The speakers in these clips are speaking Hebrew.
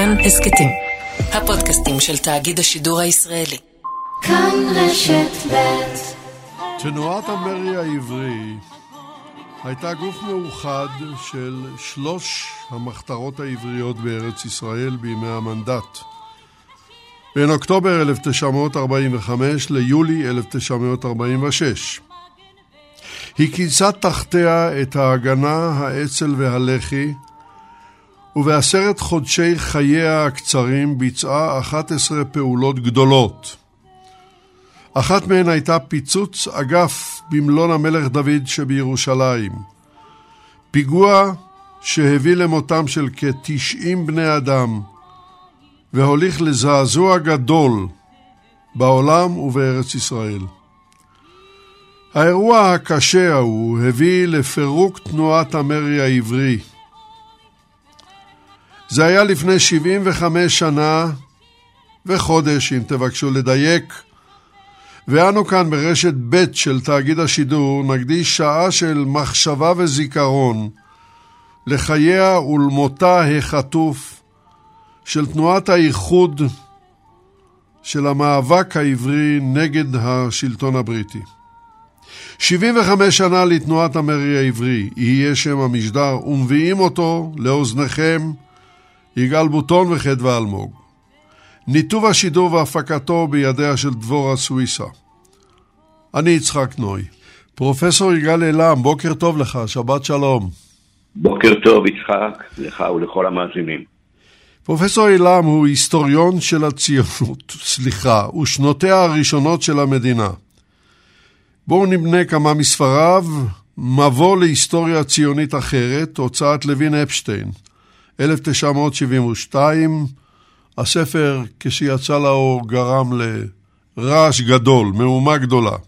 כאן הסקטים, הפודקאסטים של תאגיד השידור הישראלי. כאן רשת ב'. תנועת המרי העברי הייתה גוף מאוחד של 3 המחתרות העבריות בארץ ישראל בימי המנדט. בין אוקטובר 1945 ליולי 1946. היא כינסה תחתיה את ההגנה, האצ"ל והלח"י, וב10 חודשי חייה הקצרים ביצעה 11 פעולות גדולות. אחת מהן הייתה פיצוץ אגף במלון המלך דוד שבירושלים. פיגוע שהביא למותם של כ-90 בני אדם, והוליך לזעזוע גדול בעולם ובארץ ישראל. האירוע הקשה ההוא הביא לפירוק תנועת המרי העברי. זה היה לפני 75 שנה וחודש, אם תבקשו לדייק, ואנו כאן ברשת ב' של תאגיד השידור נקדיש שעה של מחשבה וזיכרון לחייה ולמותה החטוף של תנועת האיחוד של המאבק העברי נגד השלטון הבריטי. 75 שנה לתנועת המרי העברי, יהיה שם המשדר, ומביאים אותו לאוזניכם יגאל בוטון וחדווה אלמוג. ניתוב השידור והפקתו בידיה של דבורה סוויסה. אני יצחק נוי. פרופסור יגאל אילם, בוקר טוב לך, שבת שלום. בוקר טוב יצחק, לך ולכל המאזינים. פרופסור אילם הוא היסטוריון של הציונות, ושנותיה הראשונות של המדינה. בואו נבנה כמה מספריו. מבוא להיסטוריה ציונית אחרת, הוצאת לוין אפשטיין, 1972. הספר כשיצא לאור גרם לרעש גדול, מהומה גדולה.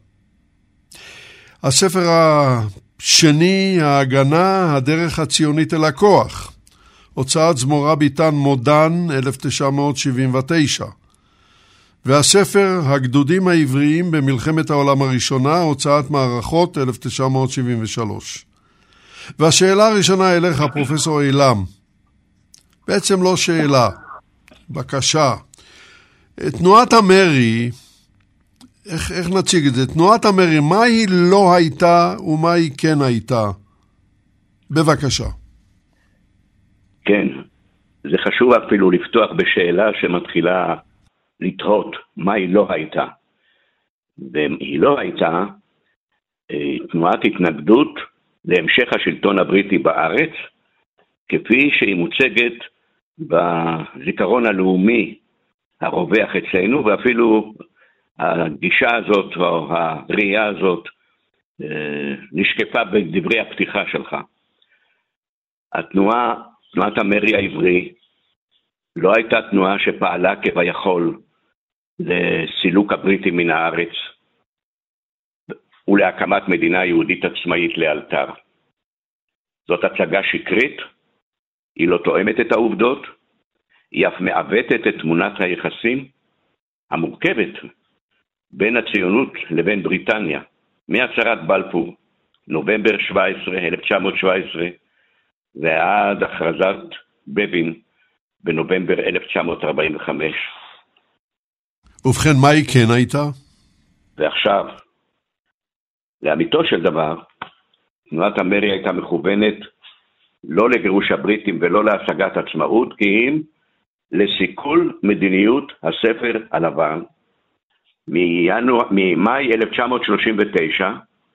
הספר השני, ההגנה, הדרך הציונית אל הכוח, הוצאת זמורה ביטן מודן, 1979. והספר הגדודים העבריים במלחמת העולם הראשונה, הוצאת מערכות, 1973. והשאלה הראשונה אליך, פרופסור אילם, בעצם לא שאלה, בקשה. תנועת המרי, איך נציג את זה? תנועת המרי, מה היא לא הייתה ומה היא כן הייתה? בבקשה. כן, זה חשוב אפילו לפתוח בשאלה שמתחילה לתהות מה היא לא הייתה. והיא לא הייתה תנועת התנגדות להמשך השלטון הבריטי בארץ, כפי שהיא מוצגת בזיכרון הלאומי הרווח אצלנו, ואפילו הגישה הזאת או הראייה הזאת נשקפה בדברי הפתיחה שלך. תנועת המרי העברי לא הייתה תנועה שפעלה כביכול לסילוק הבריטים מן הארץ ולהקמת מדינה יהודית עצמאית לאלתר. זאת הצגה שקרית, היא לא תואמת את העובדות, היא אף מעוותת את תמונת היחסים המורכבת בין הציונות לבין בריטניה, מהצהרת בלפור, נובמבר 1917, ועד הכרזת בבין בנובמבר 1945. ובכן, מה היא כן הייתה? ועכשיו, לאמיתו של דבר, תנועת המרי הייתה מכוונת לא לגירוש הבריטים ולא להשגת עצמאות, כי אם לסיכול מדיניות הספר הלבן ממאי 1939,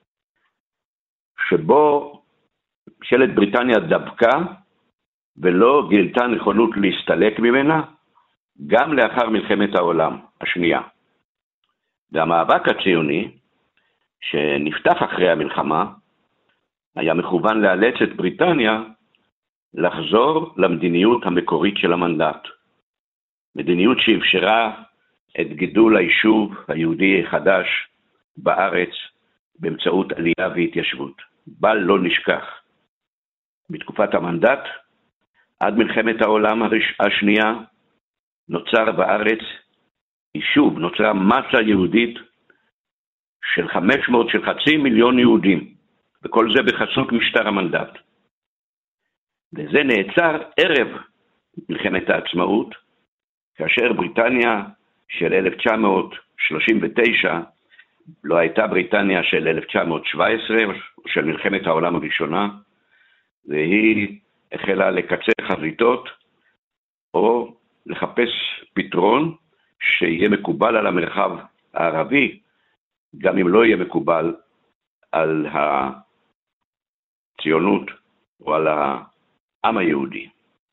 שבו ממשלת בריטניה דבקה ולא גילתה נכונות להסתלק ממנה, גם לאחר מלחמת העולם השנייה. והמאבק הציוני שנפתח אחרי המלחמה היה מכוון לאלץ את בריטניה לחזור למדיניות המקורית של המנדט. מדיניות שאפשרה את גידול היישוב היהודי החדש בארץ באמצעות עלייה והתיישבות. בל לא נשכח, בתקופת המנדט עד מלחמת העולם השנייה נוצר בארץ יישוב, נוצרה מסה יהודית של 500,000 יהודים, וכל זה בחסות משטר המנדט. וזה נעצר ערב מלחמת העצמאות, כאשר בריטניה של 1939 לא הייתה בריטניה של 1917, של מלחמת העולם הראשונה, והיא החלה לקצר חזיתות, או לחפש פתרון שיהיה מקובל על המרחב הערבי, גם אם לא יהיה מקובל על הציונות או על העם היהודי.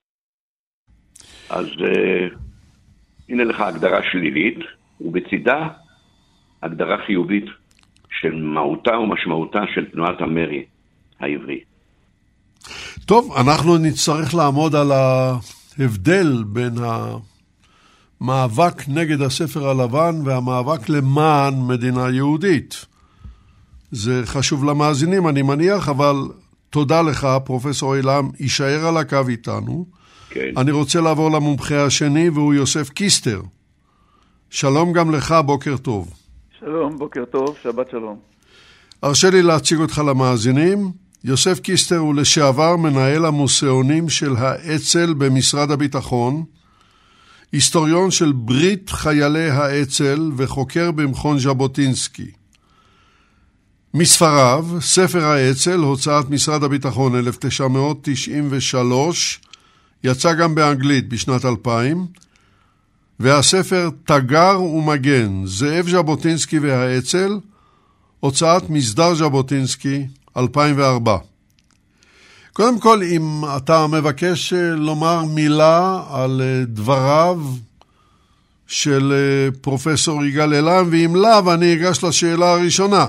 אז הנה לך הגדרה שלילית, ובצידה הגדרה חיובית של מהותה ומשמעותה של תנועת המרי העברי. טוב, אנחנו נצטרך לעמוד על ההבדל בין המאבק נגד הספר הלבן והמאבק למען מדינה יהודית. זה חשוב למאזינים, אני מניח, אבל תודה לך, פרופסור אילם, יישאר על הקו איתנו. כן. אני רוצה לעבור למומחה השני, והוא יוסף קיסטר. שלום גם לך, בוקר טוב. שלום, בוקר טוב, שבת שלום. הרשה לי להציג אותך למאזינים. יוסף קיסטר הוא לשעבר מנהל המוסאונים של האצ"ל במשרד הביטחון, היסטוריון של ברית חיילי האצ"ל וחוקר במכון ז'בוטינסקי. מספריו, ספר האצ"ל, הוצאת משרד הביטחון 1993, יצא גם באנגלית בשנת 2000, והספר תגר ומגן, זאב ז'בוטינסקי והאצ"ל, הוצאת מסדר ז'בוטינסקי 2004. קודם כל, אם אתה מבקש לומר מילה על דבריו של פרופסור יגאל אלעם, ואם לאו, אני אגש לשאלה הראשונה.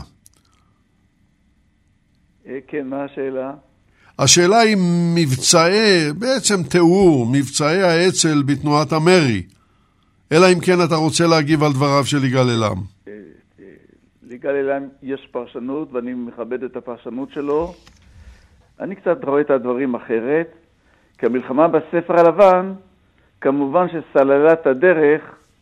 כן, מה השאלה? השאלה היא בעצם תיאור מבצעי האצ"ל בתנועת המרי, אלא אם כן אתה רוצה להגיב על דבריו של יגאל אלעם. ליגאל אלעם יש פרשנות, ואני מכבד את הפרשנות שלו. אני קצת רואה את הדברים אחרת, כי המלחמה בספר הלבן, כמובן שסללה את הדרך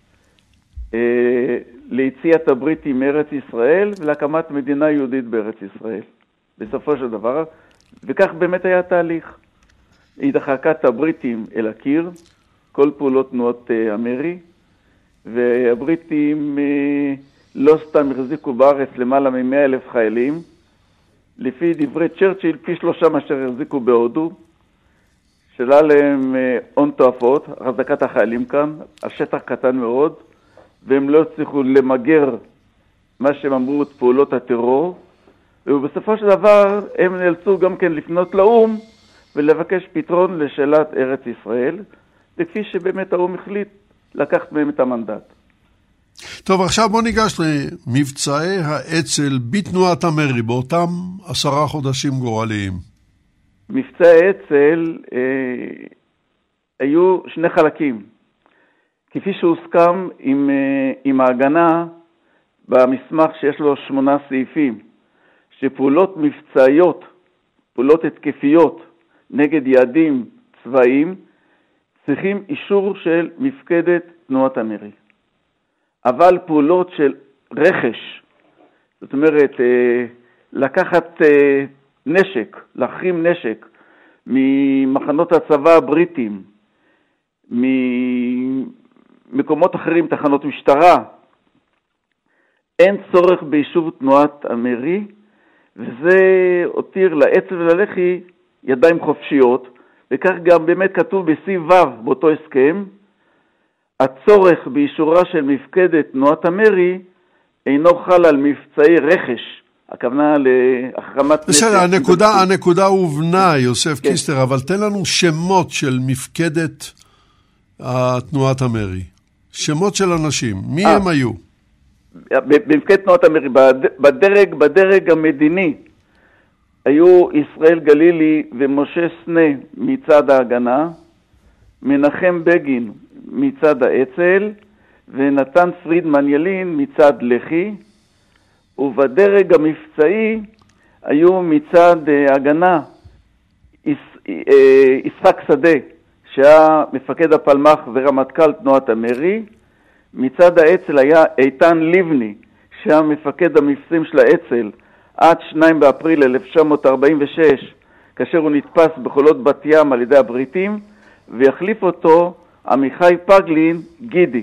ליציאת הבריטים מארץ ישראל, ולהקמת מדינה יהודית בארץ ישראל. בסופו של דבר, וכך באמת היה תהליך. היא דחקת הבריטים אל הקיר, כל פעולות תנועות המרי, והבריטים לא סתם החזיקו בארץ למעלה מ100,000 חיילים, לפי דברי צ'רצ'יל פי 3 מאשר החזיקו בהודו, שלה להם הון תועפות, החזקת החיילים כאן, השטח קטן מאוד, והם לא הצליחו למגר מה שהם אמרו את פעולות הטרור, ובסופו של דבר הם נאלצו גם כן לפנות לאום ולבקש פתרון לשאלת ארץ ישראל, וכפי שבאמת האום החליט לקחת מהם את המנדט. טוב, עכשיו בוא ניגש למבצעי האצ"ל בתנועת המרי, באותם 10 חודשים גורליים. מבצעי האצ"ל היו שני חלקים, כפי שהוסכם עם ההגנה במסמך שיש לו 8 סעיפים, שפעולות מבצעיות, פעולות התקפיות נגד יעדים צבאיים, צריכים אישור של מפקדת תנועת המרי. אבל פעולות של רכש, זאת אומרת, לקחת נשק, להחרים נשק ממחנות הצבא הבריטים, ממקומות אחרים, תחנות משטרה, אין צורך באישור תנועת המרי, וזה הותיר לאצ"ל וללח"י ידיים חופשיות, וכך גם באמת כתוב בסעיף ו' באותו הסכם, הצורך באישורה של מפקדת תנועת המרי אינו חל על מבצעי רכש, הכוונה להחרמת נשק. בסדר, הנקודה הובנה, יוסף קיסטר, אבל תן לנו שמות של מפקדת תנועת המרי. שמות של אנשים, מי הם היו? במפקדת תנועת המרי, בדרג המדיני, היו ישראל גלילי ומשה סנה מצד ההגנה, מנחם בגין מצד האצ"ל, ונתן פרידמן ילין מצד לח"י, ובדרג המבצעי היו מצד הגנה יצחק שדה, שהיה מפקד הפלמ"ח ורמטכ"ל תנועת המרי, מצד האצ"ל היה איתן לבני, שהיה מפקד המבצעים של האצ"ל עד 2 באפריל 1946, כאשר הוא נתפס בחולות בת ים על ידי הבריטים, ויחליף אותו עמיחי פגלין גידי.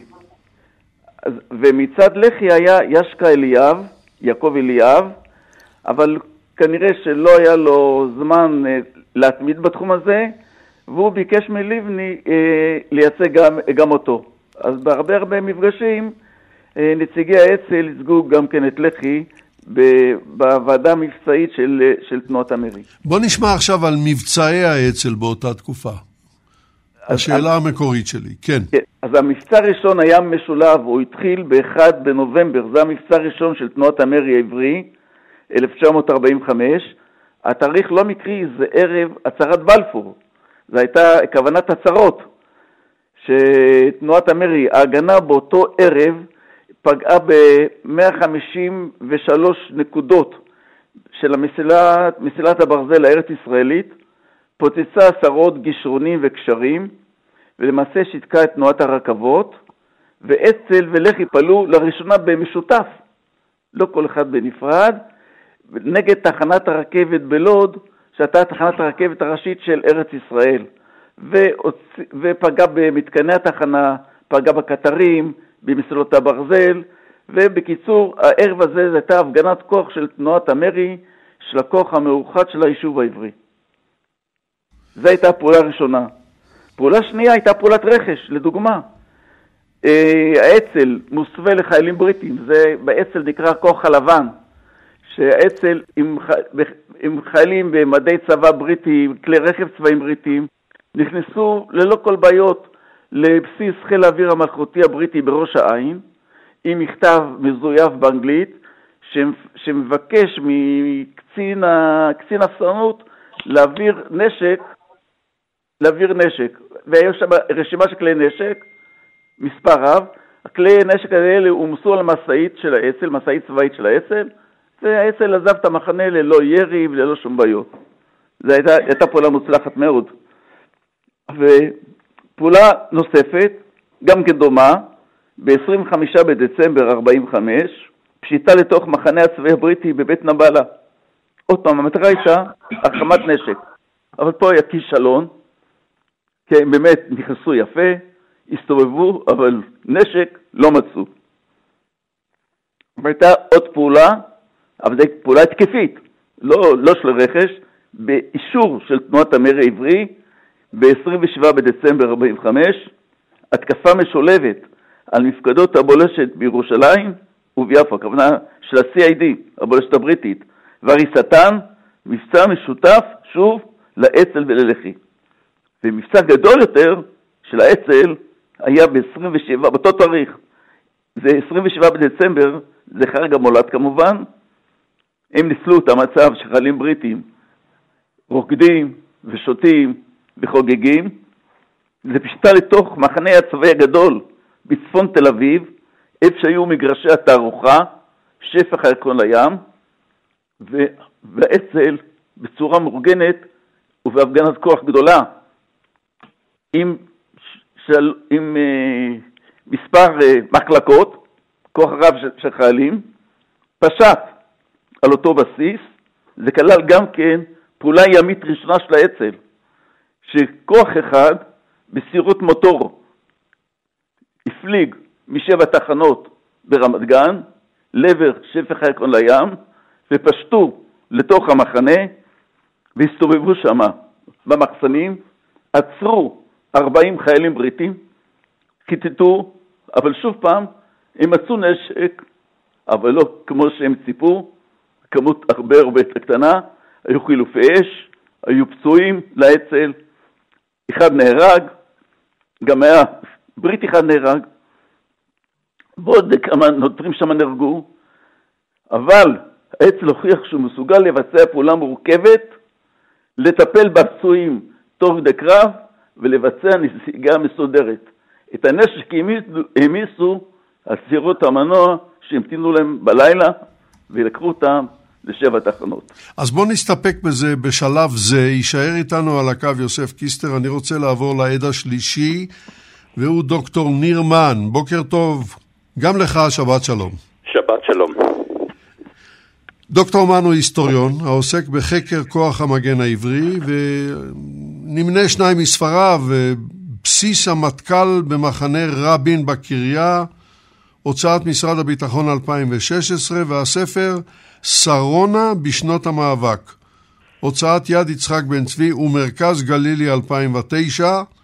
ומצד לח"י היה ישקה אליאב, יעקב אליאב, אבל כנראה שלא היה לו זמן להתמיד בתחום הזה, והוא ביקש מלבני לייצג גם אותו. אז בהרבה מפגשים נציגי האצ"ל ייצגו גם כן את לח"י בוועדה המבצעית של תנועת המרי. בוא נשמע עכשיו על מבצעי האצ"ל באותה תקופה. השאלה המקורית שלי, כן. אז המבצע הראשון היה משולב, הוא התחיל ב-1 בנובמבר, זה המבצע הראשון של תנועת המרי העברי, 1945. התאריך לא מקרי, זה ערב הצהרת בלפור. זו הייתה כוונת הצהרות, שתנועת המרי, ההגנה באותו ערב, פגעה ב-153 נקודות של מסילת הברזל הארץ ישראלית, פוצצה עשרות גישרונים וקשרים, ולמעשה שיתקה את תנועת הרכבות, ואצ"ל ולח"י פעלו לראשונה במשותף, לא כל אחד בנפרד, נגד תחנת הרכבת בלוד, שהייתה תחנת הרכבת הראשית של ארץ ישראל, ופגע במתקני התחנה, פגע בקטרים, במסילות הברזל, ובקיצור, הערב הזה הייתה הפגנת כוח של תנועת המרי, של הכוח המאוחד של היישוב העברי. זו הייתה הפעולה הראשונה. פעולה שנייה הייתה פעולת רכש, לדוגמה. האצ"ל מוסווה לחיילים בריטים, זה באצ"ל נקרא כוח הלבן, שהאצ"ל עם חיילים במדי צבא בריטי, כלי רכב צבאיים בריטים, נכנסו ללא כל בעיות לבסיס חיל האוויר המלכותי הבריטי בראש העין, עם מכתב מזויף באנגלית, שמבקש מקצין הסרנות להעביר נשק, והיו שם רשימה של כלי נשק, מספר רב. הכלי נשק האלה הומסו על מסעית של האצ"ל, מסעית צבאית של האצ"ל, והאצ"ל עזב את המחנה ללא ירי וללא שום בעיות. זו הייתה פעולה מוצלחת מאוד. ופעולה נוספת, גם כדומה, ב-25 בדצמבר 45, פשיטה לתוך מחנה הצבאי הבריטי בבית נבלה. עוד פעם, המטרה הייתה החרמת נשק. אבל פה היה כישלון, כי הם באמת נכנסו יפה, הסתובבו, אבל נשק לא מצאו. והייתה עוד פעולה, אבל זו פעולה התקפית, לא של רכש, באישור של תנועת המרי העברי, ב-27 בדצמבר 45, התקפה משולבת על מפקדות הבולשת בירושלים וביפו, הכוונה של ה-CID, הבולשת הבריטית, והריסתן, מבצע משותף, שוב, לאצ"ל וללח"י. ומבצע גדול יותר של האצ"ל היה ב-27, באותו תאריך, זה 27 בדצמבר, זה חג המולד כמובן, הם ניצלו את המצב שחיילים בריטים רוקדים ושותים וחוגגים, זה פשיטה לתוך מחנה הצבאי הגדול בצפון תל אביב, איפה שהיו מגרשי התערוכה, שפך הירקון לים, והאצ"ל בצורה מאורגנת ובהפגנת כוח גדולה, עם מספר מחלקות, כוח רב של חיילים, פשט על אותו בסיס. זה כלל גם כן פעולה ימית ראשונה של האצ"ל, שכוח אחד בסירות מוטור הפליג משבע תחנות ברמת גן לעבר שפך הירקון לים, ופשטו לתוך המחנה והסתובבו שם במחסנים, עצרו 40 חיילים בריטים, חיטטו, אבל שוב פעם הם מצאו נשק, אבל לא כמו שהם ציפו, כמות הרבה יותר קטנה, היו חילופי אש, היו פצועים לאצ"ל, אחד נהרג, גם היה ברית אחד נהרג, ועוד כמה נותרים שם נהרגו, אבל האצ"ל הוכיח שהוא מסוגל לבצע פעולה מורכבת, לטפל בפצועים תוך כדי קרב, ולבצע נסיגה מסודרת. את הנשק העמיסו על סירות המנוע שהמתינו להם בלילה, ולקחו אותם לשבע תחנות. אז בוא נסתפק בזה בשלב זה. יישאר איתנו על הקו יוסף קיסטר. אני רוצה לעבור לעד השלישי, והוא דוקטור ניר מן. בוקר טוב. גם לך, שבת שלום. שבת שלום. דוקטור מן הוא היסטוריון, העוסק בחקר כוח המגן העברי, ונמנה שניים מספריו, בסיס המטכ"ל במחנה רבין בקריה, הוצאת משרד הביטחון 2016, והספר שרונה בשנות המאבק, הוצאת יד יצחק בן צבי ומרכז גלילי 2009.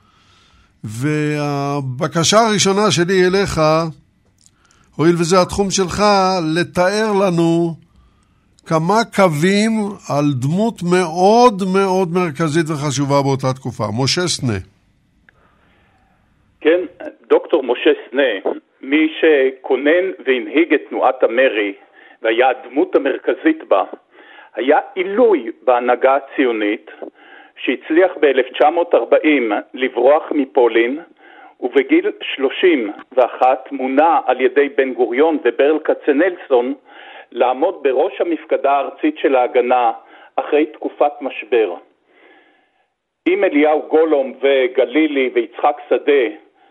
והבקשה הראשונה שלי אליך, הואיל וזה התחום שלך, לתאר לנו כמה קווים על דמות מאוד מאוד מרכזית וחשובה באותה תקופה, משה סנה. כן, דוקטור משה סנה, מי שכונן והנהיג את תנועת המרי והיה הדמות המרכזית בה, היה עילוי בהנהגה הציונית שהצליח ב-1940 לברוח מפולין, ובגיל 31 מונה על ידי בן גוריון וברל כצנלסון לעמוד בראש המפקדה הארצית של ההגנה אחרי תקופת משבר. עם אליהו גולום וגלילי ויצחק שדה,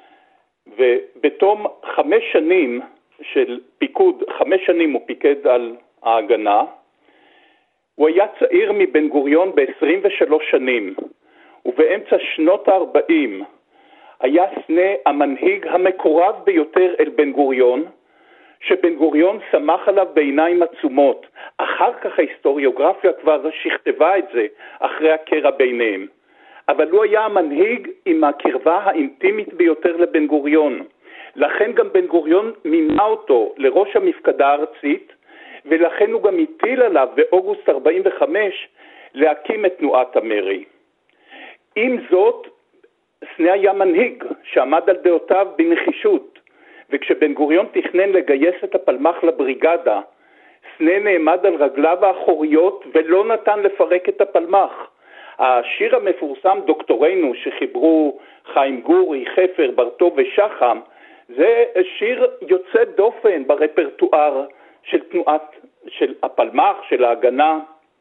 ובתום 5 שנים של פיקוד, 5 שנים הוא פיקד על ההגנה, הוא היה צעיר מבן גוריון ב-23 שנים, ובאמצע שנות ה-40 היה סנה המנהיג המקורב ביותר אל בן גוריון, שבן גוריון שמח עליו בעיניים עצומות. אחר כך ההיסטוריוגרפיה כבר שכתבה את זה אחרי הקרע ביניהם. אבל הוא היה המנהיג עם הקרבה האינטימית ביותר לבן גוריון. לכן גם בן גוריון מינה אותו לראש המפקדה הארצית, ולכן הוא גם הטיל עליו באוגוסט 45 להקים את תנועת המרי. עם זאת, סנה היה מנהיג שעמד על דעותיו בנחישות, וכשבן גוריון תכנן לגייס את הפלמ"ח לבריגדה, סנה נעמד על רגליו האחוריות ולא נתן לפרק את הפלמ"ח. השיר המפורסם דוקטורנו שחיברו חיים גורי, חפר, ברטוב ושחם, זה שיר יוצא דופן ברפרטואר של תנועת, של הפלמ"ח, של ההגנה,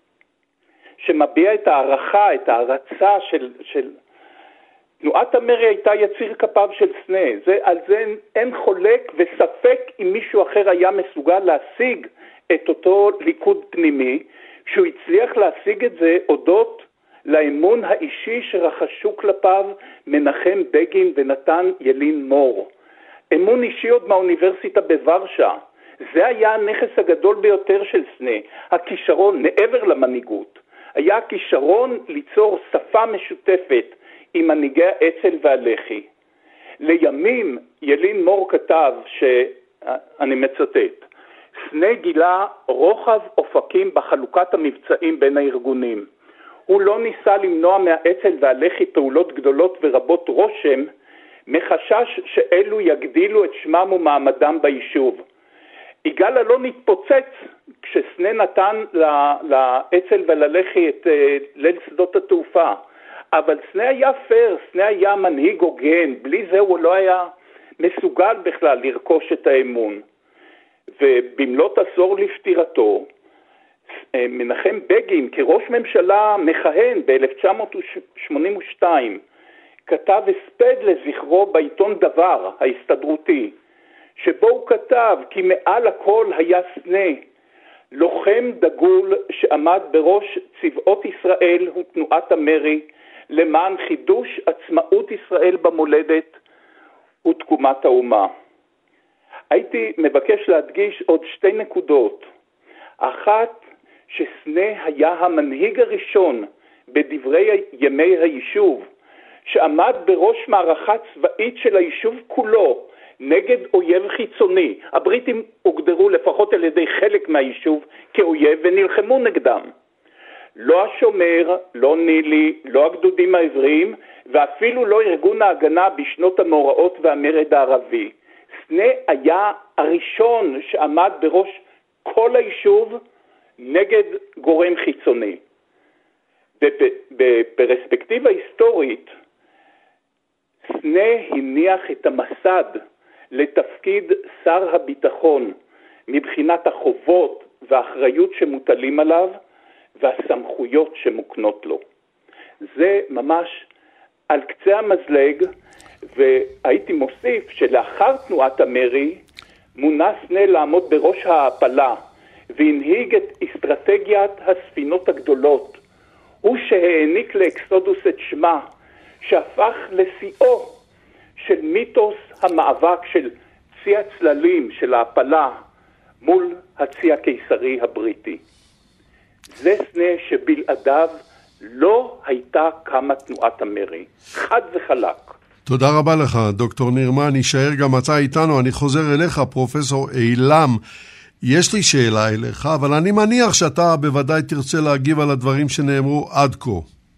שמביע את הערכה, את הערצה של תנועת המרי. הייתה יציר כפיו של סנה. על זה אין חולק וספק אם מישהו אחר היה מסוגל להשיג את אותו ליכוד פנימי, שהוא הצליח להשיג את זה הודות לאמון האישי שרחשו כלפיו מנחם בגין ונתן ילין מור. אמון אישי עוד מהאוניברסיטה בוורשה. זה היה הנכס הגדול ביותר של סנה, הכישרון מעבר למנהיגות. היה הכישרון ליצור שפה משותפת עם מנהיגי האצ"ל והלח"י. לימים ילין מור כתב, שאני מצטט, סנה גילה רוחב אופקים בחלוקת המבצעים בין הארגונים. הוא לא ניסה למנוע מהאצ"ל והלח"י פעולות גדולות ורבות רושם, מחשש שאלו יגדילו את שמם ומעמדם ביישוב. יגאל אלון התפוצץ כשסנה נתן לאצ"ל וללח"י את ליל שדות התעופה. אבל סנה היה פייר, סנה היה מנהיג הוגן, בלי זה הוא לא היה מסוגל בכלל לרכוש את האמון. ובמלאת עשור לפטירתו, מנחם בגין כראש ממשלה מכהן ב-1982 כתב הספד לזכרו בעיתון דבר ההסתדרותי, שבו הוא כתב כי מעל הכל היה סנה, לוחם דגול שעמד בראש צבאות ישראל ותנועת המרי למען חידוש עצמאות ישראל במולדת ותקומת האומה. הייתי מבקש להדגיש עוד 2 נקודות. אחת, שסנה היה המנהיג הראשון בדברי ימי היישוב, שעמד בראש מערכה צבאית של היישוב כולו נגד אויב חיצוני. הבריטים הוגדרו לפחות על ידי חלק מהיישוב כאויב ונלחמו נגדם. לא השומר, לא נילי, לא הגדודים העבריים, ואפילו לא ארגון ההגנה בשנות המאורעות והמרד הערבי. סנה היה הראשון שעמד בראש כל היישוב נגד גורם חיצוני. בפרספקטיבה היסטורית, סנה הניח את המסד לתפקיד שר הביטחון מבחינת החובות והאחריות שמוטלים עליו והסמכויות שמוקנות לו. זה ממש על קצה המזלג, והייתי מוסיף שלאחר תנועת המרי מונה סנה לעמוד בראש ההעפלה והנהיג את אסטרטגיית הספינות הגדולות. הוא שהעניק לאקסודוס את שמה, שהפך לשיאו של מיתוס המאבק של צי הצללים, של ההפלה, מול הצי הקיסרי הבריטי. זה סנה שבלעדיו לא הייתה קמה תנועת המרי. חד וחלק. תודה רבה לך, דוקטור נרמן. נשאר גם אתה איתנו. אני חוזר אליך, פרופסור אילם. יש לי שאלה אליך, אבל אני מניח שאתה בוודאי תרצה להגיב על הדברים שנאמרו עד כה.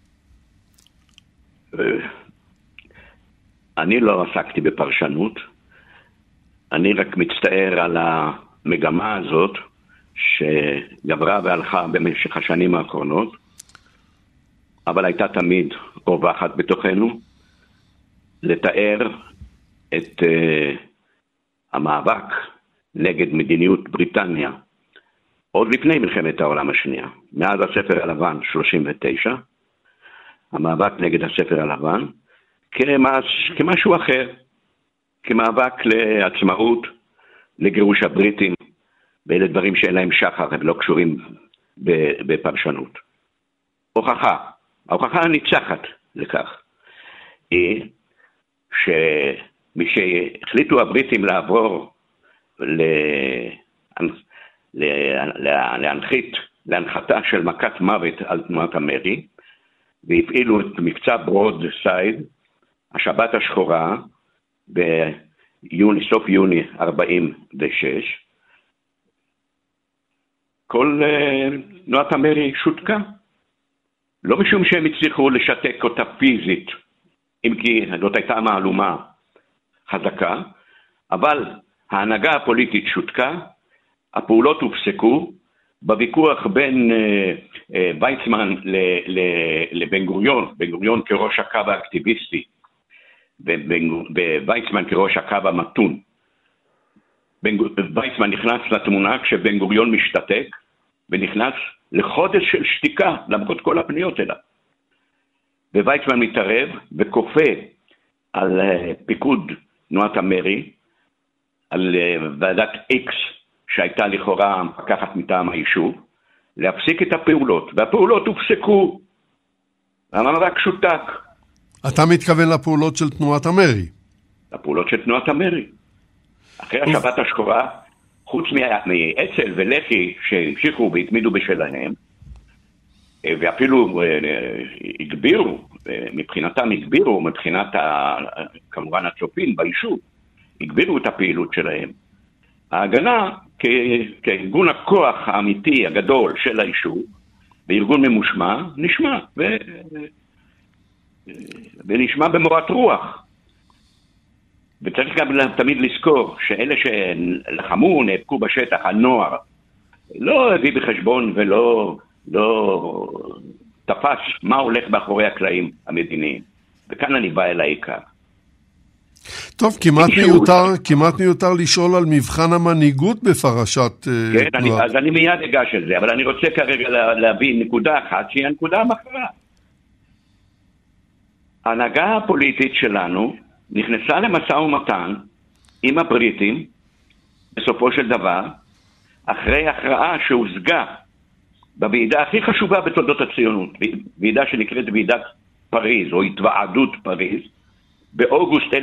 אני לא עסקתי בפרשנות. אני רק מצטער על המגמה הזאת שגברה והלכה במשך השנים האחרונות, אבל הייתה תמיד רווחת בתוכנו לתאר את המאבק נגד מדיניות בריטניה עוד לפני מלחמת העולם השנייה, מאז הספר הלבן 39, המאבק נגד הספר הלבן, כמשהו אחר, כמאבק לעצמאות, לגירוש הבריטים, ואלה דברים שאין להם שחר ולא קשורים בפרשנות. ההוכחה הניצחת לכך היא משהחליטו הבריטים לעבור להנחתה של מכת מוות על תנועת המרי, והפעילו את מבצע ברודסייד, השבת השחורה, סוף יוני 46, כל תנועת המרי שותקה. לא משום שהם הצליחו לשתק אותה פיזית, אם כי זאת הייתה מהלומה חזקה, אבל ההנהגה הפוליטית שותקה, הפעולות הופסקו, בוויכוח בין ויצמן לבן גוריון, בן גוריון כראש הקו האקטיביסטי, וויצמן כראש הקו המתון. ויצמן נכנס לתמונה כשבן גוריון משתתק, ונכנס לחודש של שתיקה, למרות כל הפניות אליו. וויצמן מתערב וכופה על פיקוד תנועת המרי, על ועדת איקס, שהייתה לכאורה מפקחת מטעם היישוב, להפסיק את הפעולות, והפעולות הופסקו. המאבק שותק. אתה מתכוון לפעולות של תנועת המרי? לפעולות של תנועת המרי. אחרי השבת השחורה, חוץ מאצ"ל ולח"י שהמשיכו והתמידו בשלהם, ואפילו הגבירו, מבחינת כמובן הצופים ביישוב, הגבירו את הפעילות שלהם. ההגנה כארגון הכוח האמיתי הגדול של היישוב, בארגון ממושמע, נשמע, ונשמע במורת רוח. וצריך גם תמיד לזכור שאלה שלחמו, נאבקו בשטח, הנוער, לא הביא בחשבון ולא תפס מה הולך מאחורי הקלעים המדיניים. וכאן אני בא אל העיקר. טוב, כמעט מיותר לשאול על מבחן המנהיגות בפרשת כן, אז אני מיד אגש על זה, אבל אני רוצה כרגע להביא נקודה אחת שהיא הנקודה המכרעת. ההנהגה הפוליטית שלנו נכנסה למשא ומתן עם הבריטים בסופו של דבר, אחרי הכרעה שהושגה בוועידה הכי חשובה בתולדות הציונות, ועידה שנקראת ועידת פריז או התוועדות פריז, באוגוסט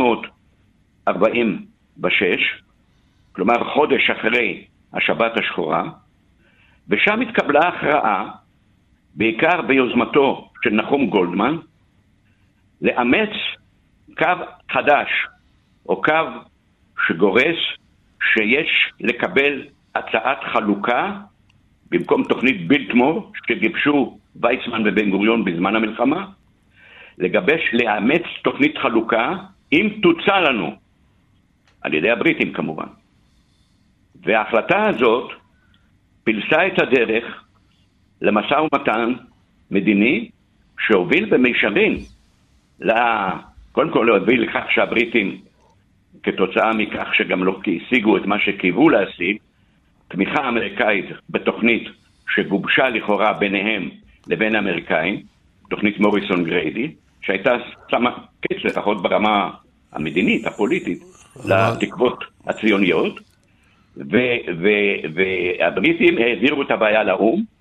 1946, כלומר חודש אחרי השבת השחורה, ושם התקבלה הכרעה, בעיקר ביוזמתו של נחום גולדמן, לאמץ קו חדש, או קו שגורס שיש לקבל הצעת חלוקה, במקום תוכנית בילטמור, שגיבשו ויצמן ובן גוריון בזמן המלחמה, לאמץ תוכנית חלוקה, אם תוצע לנו, על ידי הבריטים כמובן. וההחלטה הזאת פילסה את הדרך למשא ומתן מדיני, שהוביל במישרין, קודם כל להוביל לכך שהבריטים, כתוצאה מכך שגם לא השיגו את מה שקיוו להשיג, תמיכה אמריקאית בתוכנית שגובשה לכאורה ביניהם לבין האמריקאים, תוכנית מוריסון גריידי, שהייתה שמה קץ לפחות ברמה המדינית, הפוליטית, לתקוות הציוניות, והבריטים העבירו את הבעיה לאום,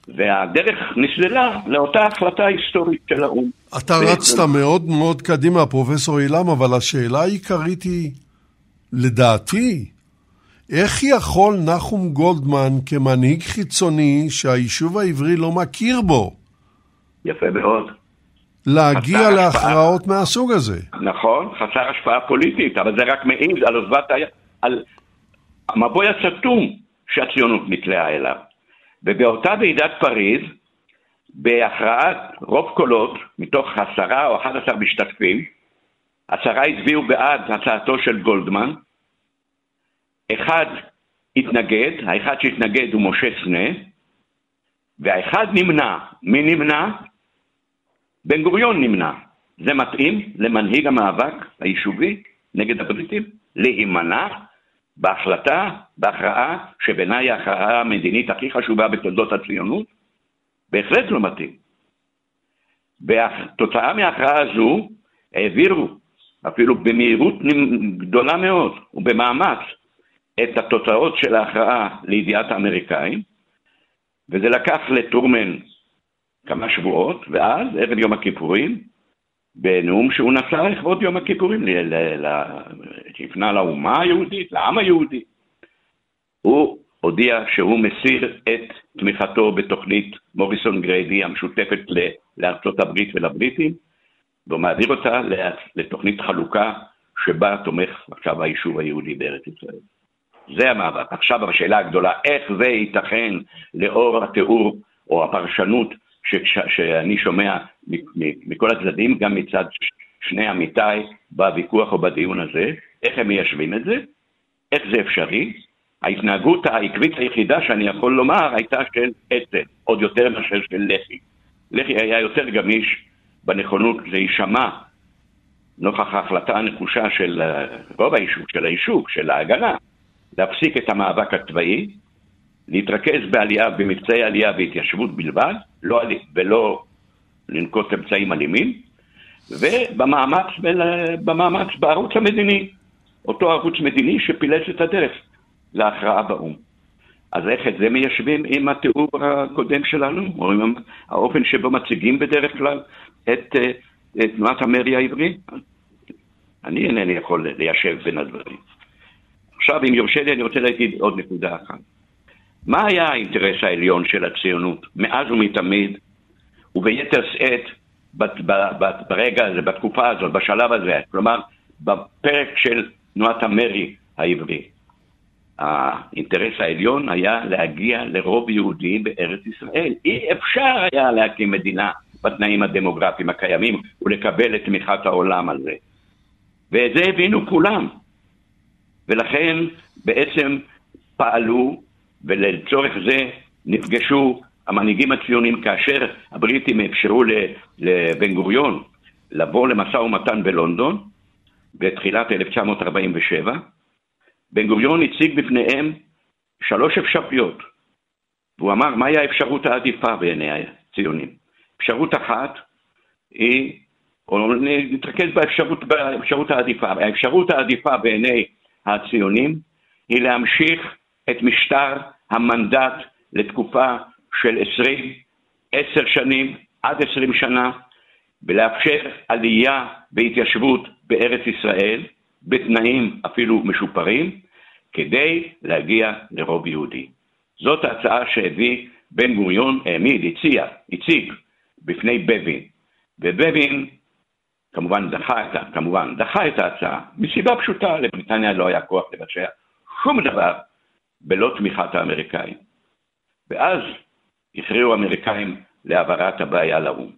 והדרך נסללה לאותה החלטה היסטורית של האו"ם. אתה רצת מאוד מאוד קדימה, פרופסור אילם, אבל השאלה העיקרית היא, לדעתי, איך יכול נחום גולדמן כמנהיג חיצוני שהיישוב העברי לא מכיר בו? יפה מאוד. להגיע להכרעות מהסוג הזה. נכון, חסר השפעה פוליטית, אבל זה רק מעיד על על המבוי הסתום שהציונות נקלעה אליו. ובאותה ועידת פריז, בהכרעת רוב קולות, מתוך 10 או 11 משתתפים, 10 הצביעו בעד הצעתו של גולדמן, אחד התנגד, האחד שהתנגד הוא משה סנה, והאחד נמנע. מי נמנע? בן גוריון נמנע. זה מתאים למנהיג המאבק היישובי נגד הבריטים להימנע בהכרעה שבעיניי ההכרעה המדינית הכי חשובה בתולדות הציונות? בהחלט לא מתאים. בתוצאה מההכרעה הזו העבירו אפילו במהירות גדולה מאוד ובמאמץ את התוצאות של ההכרעה לידיעת האמריקאים, וזה לקח לטורמן כמה שבועות, ואז ערב יום הכיפורים, בנאום שהוא נשא לכבוד יום הכיפורים, שהפנה לאומה היהודית, לעם היהודי, הוא הודיע שהוא מסיר את תמיכתו בתוכנית מוריסון גריידי המשותפת לארצות הברית ולבריטים, והוא מעביר אותה לתוכנית חלוקה שבה תומך עכשיו היישוב היהודי בארץ ישראל. זה המאבק. עכשיו השאלה הגדולה, איך זה ייתכן לאור התיאור או הפרשנות שאני שומע מכל הצדדים, גם מצד שני עמיתיי בוויכוח או בדיון הזה, איך הם מיישבים את זה, איך זה אפשרי. ההתנהגות העקבית היחידה שאני יכול לומר הייתה של אצ"ל, עוד יותר מאשר של לח"י. לח"י היה יותר גמיש בנכונות להישמע נוכח ההחלטה הנחושה של רוב היישוב, של ההגנה, להפסיק את המאבק הצבאי, להתרכז בעלייה, במבצעי עלייה והתיישבות בלבד, ולא לנקוט אמצעים אלימים, ובמאמץ בערוץ המדיני, אותו ערוץ מדיני שפילץ את הדרך להכרעה באו"ם. אז איך את זה מיישבים עם התיאור הקודם שלנו, או עם האופן שבו מציגים בדרך כלל את תנועת המרי העברי? אני אינני יכול ליישב בין הדברים. עכשיו, אם יורשה לי, אני רוצה להגיד עוד נקודה אחת. מה היה האינטרס העליון של הציונות מאז ומתמיד, וביתר שאת ברגע הזה, בתקופה הזאת, בשלב הזה, כלומר, בפרק של תנועת המרי העברי? האינטרס העליון היה להגיע לרוב יהודי בארץ ישראל. אי אפשר היה להקים מדינה בתנאים הדמוגרפיים הקיימים ולקבל את תמיכת העולם על זה. ואת זה הבינו כולם. ולכן בעצם פעלו, ולצורך זה נפגשו המנהיגים הציונים כאשר הבריטים אפשרו לבן גוריון לבוא למשא ומתן בלונדון בתחילת 1947. בן גוריון הציג בפניהם 3 אפשרויות. והוא אמר, מהי האפשרות העדיפה בעיני הציונים? אפשרות אחת היא, או נתרכז באפשרות העדיפה. האפשרות העדיפה בעיני הציונים היא להמשיך את משטר המנדט לתקופה של 10 שנים עד 20 שנה, ולאפשר עלייה והתיישבות בארץ ישראל, בתנאים אפילו משופרים, כדי להגיע לרוב יהודי. זאת ההצעה שהביא בן גוריון, הציג בפני בבין. ובבין כמובן דחה את ההצעה, מסיבה פשוטה, לבריטניה לא היה כוח לבצע שום דבר בלא תמיכת האמריקאים. ואז הכריעו האמריקאים להעברת הבעיה לאו"ם.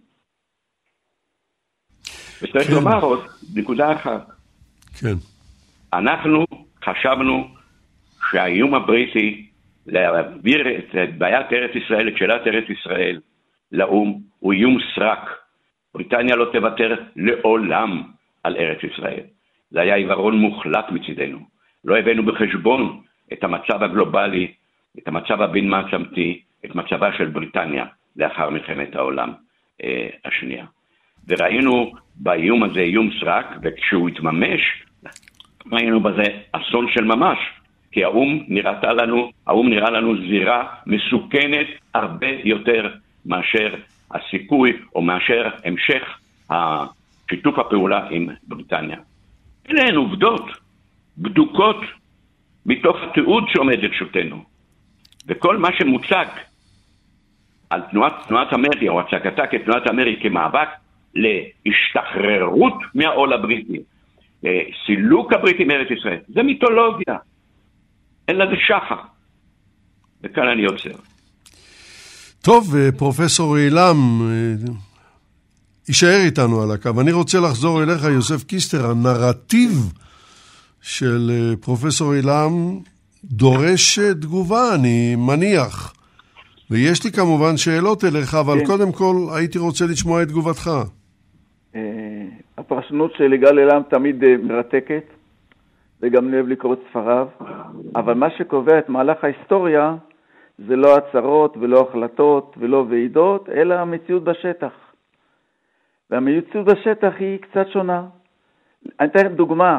וצריך לומר עוד נקודה אחת. כן. אנחנו חשבנו שהאיום הבריטי להעביר את בעיית ארץ ישראל, את שאלת ארץ ישראל לאו"ם, הוא איום סרק. בריטניה לא תוותר לעולם על ארץ ישראל. זה היה עיוורון מוחלט מצידנו. לא הבאנו בחשבון את המצב הגלובלי, את המצב הבין מעצמתי, את מצבה של בריטניה לאחר מלחמת העולם השנייה. וראינו באיום הזה איום סרק, וכשהוא התממש, ראינו בזה אסון של ממש, כי האום נראה לנו זירה מסוכנת הרבה יותר מאשר הסיכוי או מאשר המשך שיתוף הפעולה עם בריטניה. אלה הן עובדות בדוקות מתוך התיעוד שעומד לרשותנו. וכל מה שמוצג על תנועת אמריקה, או הצגתה כתנועת אמריקה כמאבק להשתחררות מהעול הבריטי, סילוק הבריטי מארץ ישראל, זה מיתולוגיה. אין לזה שחר. וכאן אני עוצר. טוב, פרופסור אילם, יישאר איתנו על הקו. אני רוצה לחזור אליך, יוסף קיסטר. הנרטיב של פרופסור אילם דורש תגובה, אני מניח. ויש לי כמובן שאלות אליך, אבל קודם כל הייתי רוצה לשמוע את תגובתך. הפרשנות של יגאל אילם תמיד מרתקת, וגם נאהב לקרוא את ספריו, אבל מה שקובע את מהלך ההיסטוריה זה לא הצהרות ולא החלטות ולא ועידות, אלא המציאות בשטח. והמציאות בשטח היא קצת שונה. אני אתן דוגמה,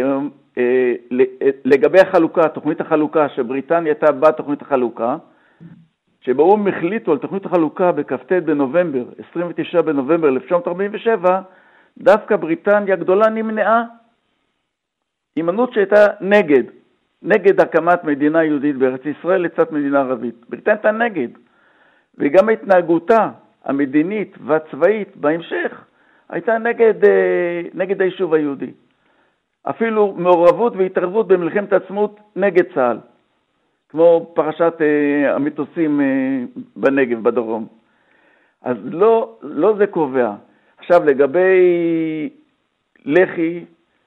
לגבי החלוקה, תוכנית החלוקה, שבריטניה הייתה בתוכנית החלוקה, שבאום החליטו על תוכנית החלוקה בכ"ט בנובמבר, 29 בנובמבר 1947, דווקא בריטניה הגדולה נמנעה, הימנעות שהייתה נגד הקמת מדינה יהודית בארץ ישראל לצד מדינה ערבית. בריטניה הייתה נגד, וגם התנהגותה המדינית והצבאית בהמשך הייתה נגד היישוב היהודי. אפילו מעורבות והתערבות במלחמת העצמאות נגד צה"ל, כמו פרשת המטוסים בנגב, בדרום. אז לא זה קובע. עכשיו לגבי לח"י,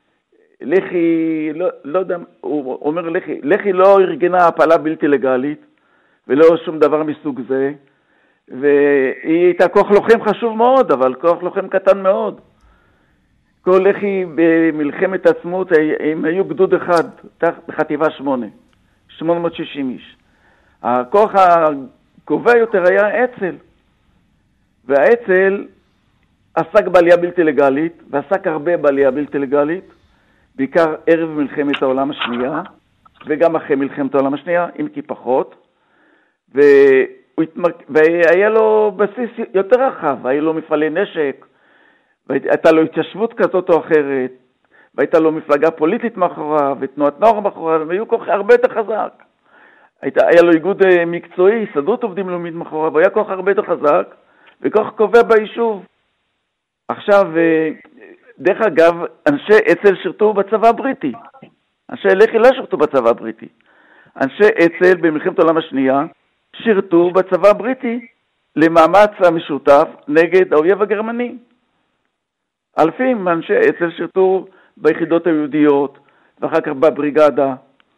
לא יודע, הוא אומר לח"י לא ארגנה הפעלה בלתי לגלית, ולא שום דבר מסוג זה, והיא הייתה כוח לוחם חשוב מאוד, אבל כוח לוחם קטן מאוד. כל לח"י במלחמת העצמאות, הם היו גדוד אחד, בחטיבה 8, 860 איש. הכוח הקובע יותר היה אצ"ל, והאצ"ל עסק בעלייה בלתי לגלית, ועסק הרבה בעלייה בלתי לגלית, בעיקר ערב מלחמת העולם השנייה, וגם אחרי מלחמת העולם השנייה, אם כי פחות, והיה לו בסיס יותר רחב, היה לו מפעלי נשק, והייתה לו התיישבות כזאת או אחרת, והייתה לו מפלגה פוליטית מאחוריו, ותנועת נוער מאחוריו, והיו כוח הרבה יותר חזק. היה לו איגוד מקצועי, הסתדרות עובדים לאומית מאחוריו, והיה כוח הרבה יותר חזק, וכוח קובע ביישוב. עכשיו, דרך אגב, אנשי אצ"ל שירתו בצבא הבריטי. אנשי לח"י לא שירתו בצבא הבריטי. אנשי אצ"ל במלחמת העולם השנייה שירתו בצבא הבריטי למאמץ המשותף נגד האויב הגרמני. אלפים אנשי אצ"ל שירתו ביחידות היהודיות, ואחר כך בבריגדה,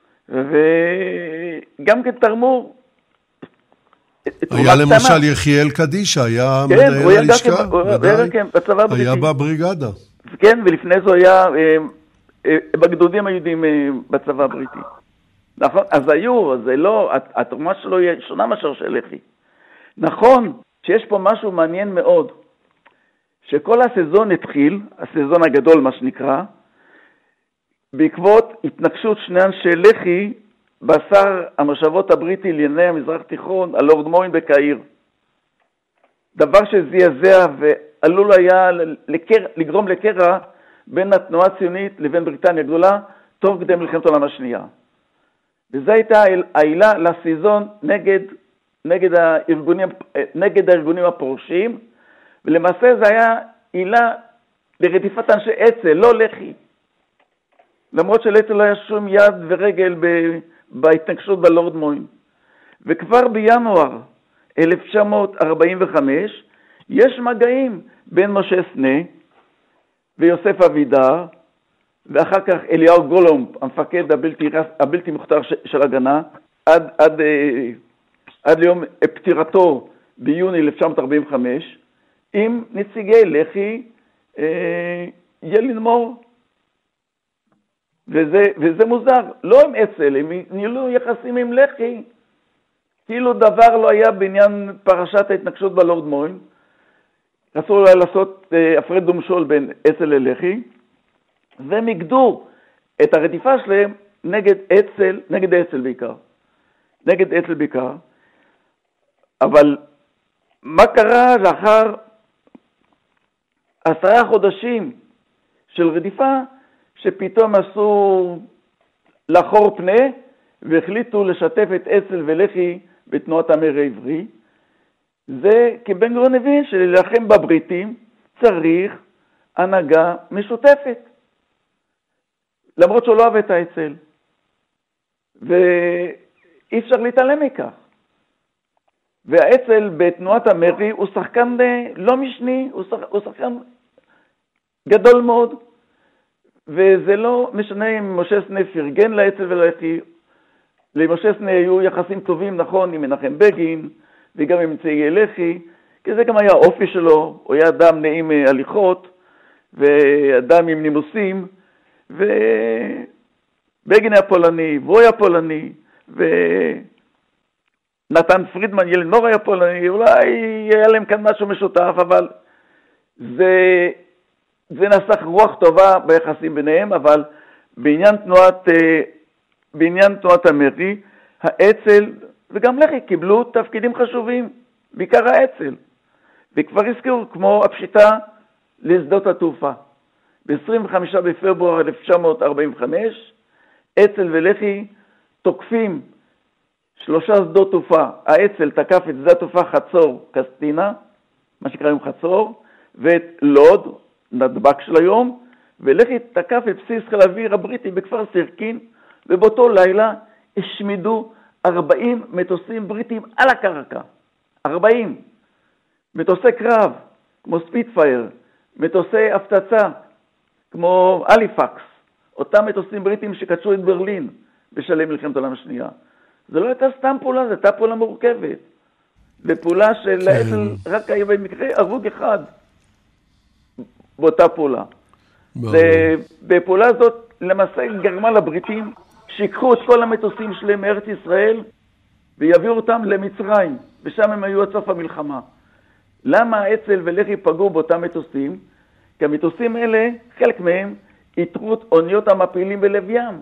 וגם כן תרמו. היה למשל יחיאל קדישה, היה מנהל הלשכה, היה בבריגדה. כן, ולפני זו היה בגדודים היהודים בצבא הבריטי. נכון, אז היו, אז זה לא, התרומה שלו היא שונה מאשר של לח"י. נכון שיש פה משהו מעניין מאוד, שכל הסזון התחיל, הסזון הגדול מה שנקרא, בעקבות התנגשות שני אנשי לח"י בשר המושבות הבריטי לענייני המזרח תיכון, הלורד מוין בקהיר. דבר שזעזע ועלול היה לגרום לקרע בין התנועה הציונית לבין בריטניה הגדולה, תוך כדי מלחמת העולם השנייה. וזו הייתה העילה לסזון נגד הארגונים הפורשים, ולמעשה זה היה עילה לרדיפת אנשי אצ"ל, לא לח"י. למרות שלאצ"ל לא היה שום יד ורגל בהתנגשות בלורד מוין. וכבר בינואר 1945 יש מגעים בין משה סנה ויוסף אבידר, ואחר כך אליהו גולומב, המפקד הבלתי מוכתר של הגנה, עד ליום פטירתו ביוני 1945, עם נציגי לח"י ילין מור. וזה מוזר, לא עם אצ"ל, הם ניהלו יחסים עם לח"י, כאילו דבר לא היה בעניין פרשת ההתנגשות בלורד מוין. רצו אולי לעשות הפרד ומשול בין אצ"ל ללח"י, והם הגדו את הרדיפה שלהם נגד אצ"ל בעיקר, אבל מה קרה לאחר 10 חודשים של רדיפה, שפתאום עשו לאחור פנה, והחליטו לשתף את אצ"ל ולח"י בתנועת המרי העברי? זה כי בן גוריון הבין שלהילחם בבריטים צריך הנהגה משותפת, למרות שהוא לא אוהב את האצ"ל, ואי אפשר להתעלם מכך. והאצ"ל בתנועת המרי הוא שחקן לא משני, הוא שחקן גדול מאוד, וזה לא משנה אם משה סנה פרגן לאצ"ל ולח"י. למשה סנה היו יחסים טובים, נכון, עם מנחם בגין וגם עם נציגי לח"י, כי זה גם היה האופי שלו, הוא היה אדם נעים הליכות ואדם עם נימוסים, ובגין היה פולני והוא היה פולני, ונתן פרידמן ילד נור היה פולני, אולי היה להם כאן משהו משותף, אבל זה נסח רוח טובה ביחסים ביניהם. אבל בעניין תנועת המרי, האצ"ל וגם לח"י קיבלו תפקידים חשובים, בעיקר האצ"ל, וכבר הזכירו, כמו הפשיטה לשדות התעופה. ב-25 בפברואר 1945, אצ"ל ולח"י תוקפים 3 שדות תעופה. האצ"ל תקף את שדה התעופה חצור קסטינה, מה שקרא היום חצור, ואת לוד, נתב"ג של היום, ולח"י תקף את בסיס חיל האוויר הבריטי בכפר סירקין, ובאותו לילה השמידו 40 מטוסים בריטים על הקרקע. 40 מטוסי קרב כמו ספיטפייר, מטוסי הפצצה כמו אליפקס, אותם מטוסים בריטים שקדשו את ברלין בשלהי מלחמת העולם השנייה. זה לא הייתה סתם פעולה, זו הייתה פעולה מורכבת, ופעולה של האצ"ל רק היה במקרה הרוג אחד באותה פעולה. בפעולה הזאת למעשה גרמה לבריטים שיקחו את כל המטוסים שלהם מארץ ישראל ויביאו אותם למצרים, ושם הם היו עד סוף המלחמה. למה האצ"ל ולח"י פגעו באותם מטוסים? כי המטוסים האלה, חלק מהם, איתרו את אוניות המפעילים בלב ים.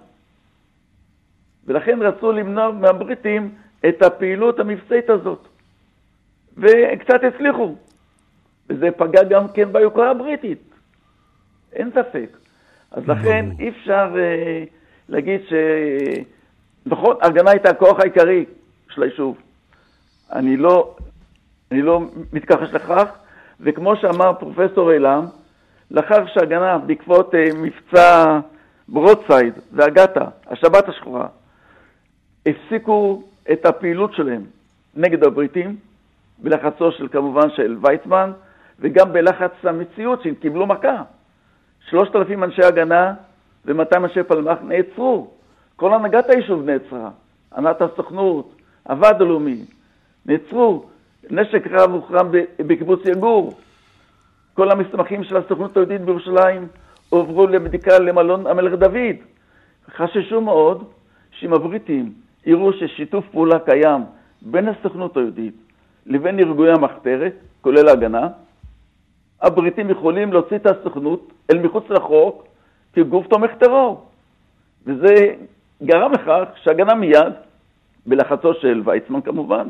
ולכן רצו למנוע מהבריטים את הפעילות המבצעית הזאת. וקצת הצליחו. וזה פגע גם כן ביוקרה הבריטית. אין ספק. אז לכן אי אפשר להגיד נכון, ההגנה הייתה הכוח העיקרי של היישוב. אני לא מתכחש לכך, וכמו שאמר פרופסור אילם, לאחר שההגנה בעקבות מבצע ברודסייד והגתה, השבת השחורה, הפסיקו את הפעילות שלהם נגד הבריטים, בלחצו של כמובן של ויצמן, וגם בלחץ המציאות שהם קיבלו מכה. 3,000 אנשי הגנה ו200 אנשי פלמ"ח נעצרו. כל הנהגת היישוב נעצרה. הנהלת הסוכנות, הוועד הלאומי, נעצרו. נשק רב הוחרם בקיבוץ יגור. כל המסמכים של הסוכנות היהודית בירושלים עוברו לבדיקה למלון המלך דוד. חששו מאוד שאם הבריטים יראו ששיתוף פעולה קיים בין הסוכנות היהודית לבין ארגוני המחתרת, כולל ההגנה, הבריטים יכולים להוציא את הסוכנות אל מחוץ לחוק כגוף תומך טרור. וזה גרם לכך שההגנה מיד, בלחצו של ויצמן כמובן,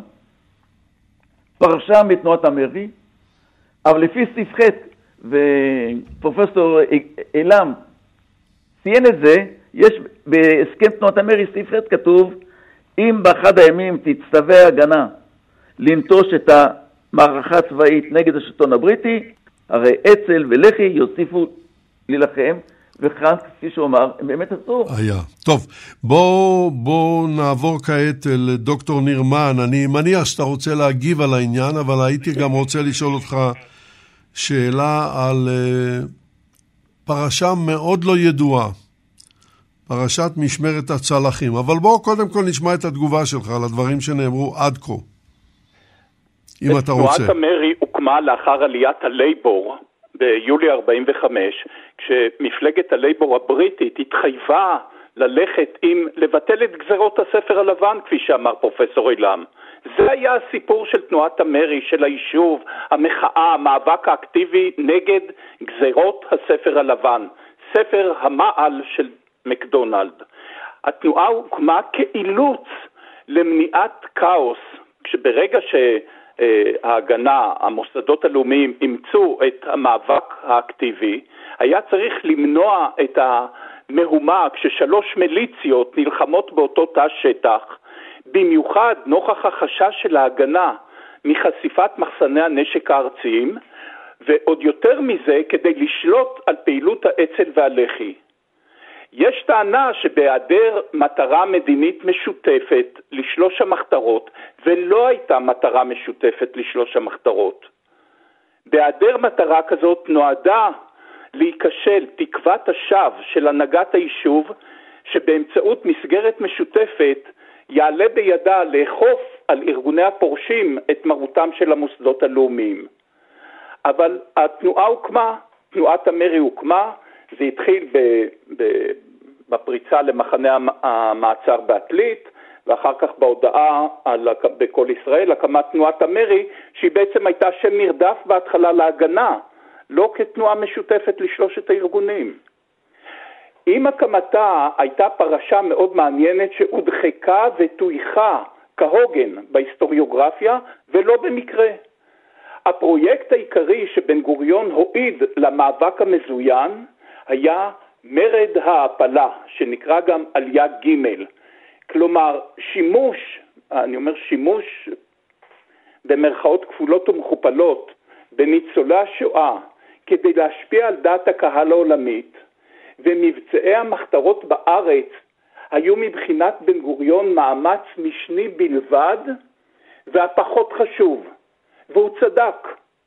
פרשה מתנועת המרי, אבל לפי סעיף ח' ופרופסור אילם ציין את זה, יש בהסכם תנועת המרי סעיף ח' כתוב, אם באחד הימים תצטווה ההגנה לנטוש את המערכה הצבאית נגד השלטון הבריטי, הרי אצ"ל ולח"י יוסיפו להילחם, וכאן, כפי שהוא אמר, הם באמת עשו. היה. טוב, בואו נעבור כעת לדוקטור ניר מן. אני מניח שאתה רוצה להגיב על העניין, אבל הייתי גם רוצה לשאול אותך שאלה על פרשה מאוד לא ידועה, פרשת משמרת הצלחים. אבל בואו קודם כל נשמע את התגובה שלך על הדברים שנאמרו עד כה, אם אתה רוצה. תנועת המרי הוקמה לאחר עליית הלייבור ביולי 45, כשמפלגת הלייבור הבריטית התחייבה לבטל את גזרות הספר הלבן, כפי שאמר פרופסור אילם. זה היה הסיפור של תנועת המרי, של היישוב, המחאה, המאבק האקטיבי נגד גזרות הספר הלבן, ספר המעל של מקדונלד. התנועה הוקמה כאילוץ למניעת כאוס, כשברגע שההגנה, המוסדות הלאומיים אימצו את המאבק האקטיבי, היה צריך למנוע את המהומה כששלוש מיליציות נלחמות באותו תא שטח, במיוחד נוכח החשש של ההגנה מחשיפת מחסני הנשק הארציים, ועוד יותר מזה כדי לשלוט על פעילות האצ"ל והלח"י. יש טענה שבהיעדר מטרה מדינית משותפת לשלוש המחתרות, ולא הייתה מטרה משותפת לשלוש המחתרות. בהיעדר מטרה כזאת נועדה להיכשל תקוות השווא של הנהגת היישוב, שבאמצעות מסגרת משותפת יעלה בידה לאכוף על ארגוני הפורשים את מרותם של המוסדות הלאומיים. אבל התנועה הוקמה, תנועת המרי הוקמה, זה התחיל בפריצה למחנה המעצר בעתלית, ואחר כך בהודעה בכל ישראל, הקמת תנועת המרי, שהיא בעצם הייתה שם נרדף בהתחלה להגנה, לא כתנועה משותפת לשלושת הארגונים. עם הקמתה הייתה פרשה מאוד מעניינת שהודחקה ותויכה כהוגן בהיסטוריוגרפיה, ולא במקרה. הפרויקט העיקרי שבן גוריון הועיד למאבק המזוין היה מרד ההעפלה, שנקרא גם עלייה ג', כלומר שימוש, אני אומר שימוש במרכאות כפולות ומכופלות בניצולי השואה כדי להשפיע על דעת הקהל העולמית, ומבצעי המחתרות בארץ היו מבחינת בן גוריון מאמץ משני בלבד והפחות חשוב, והוא צדק.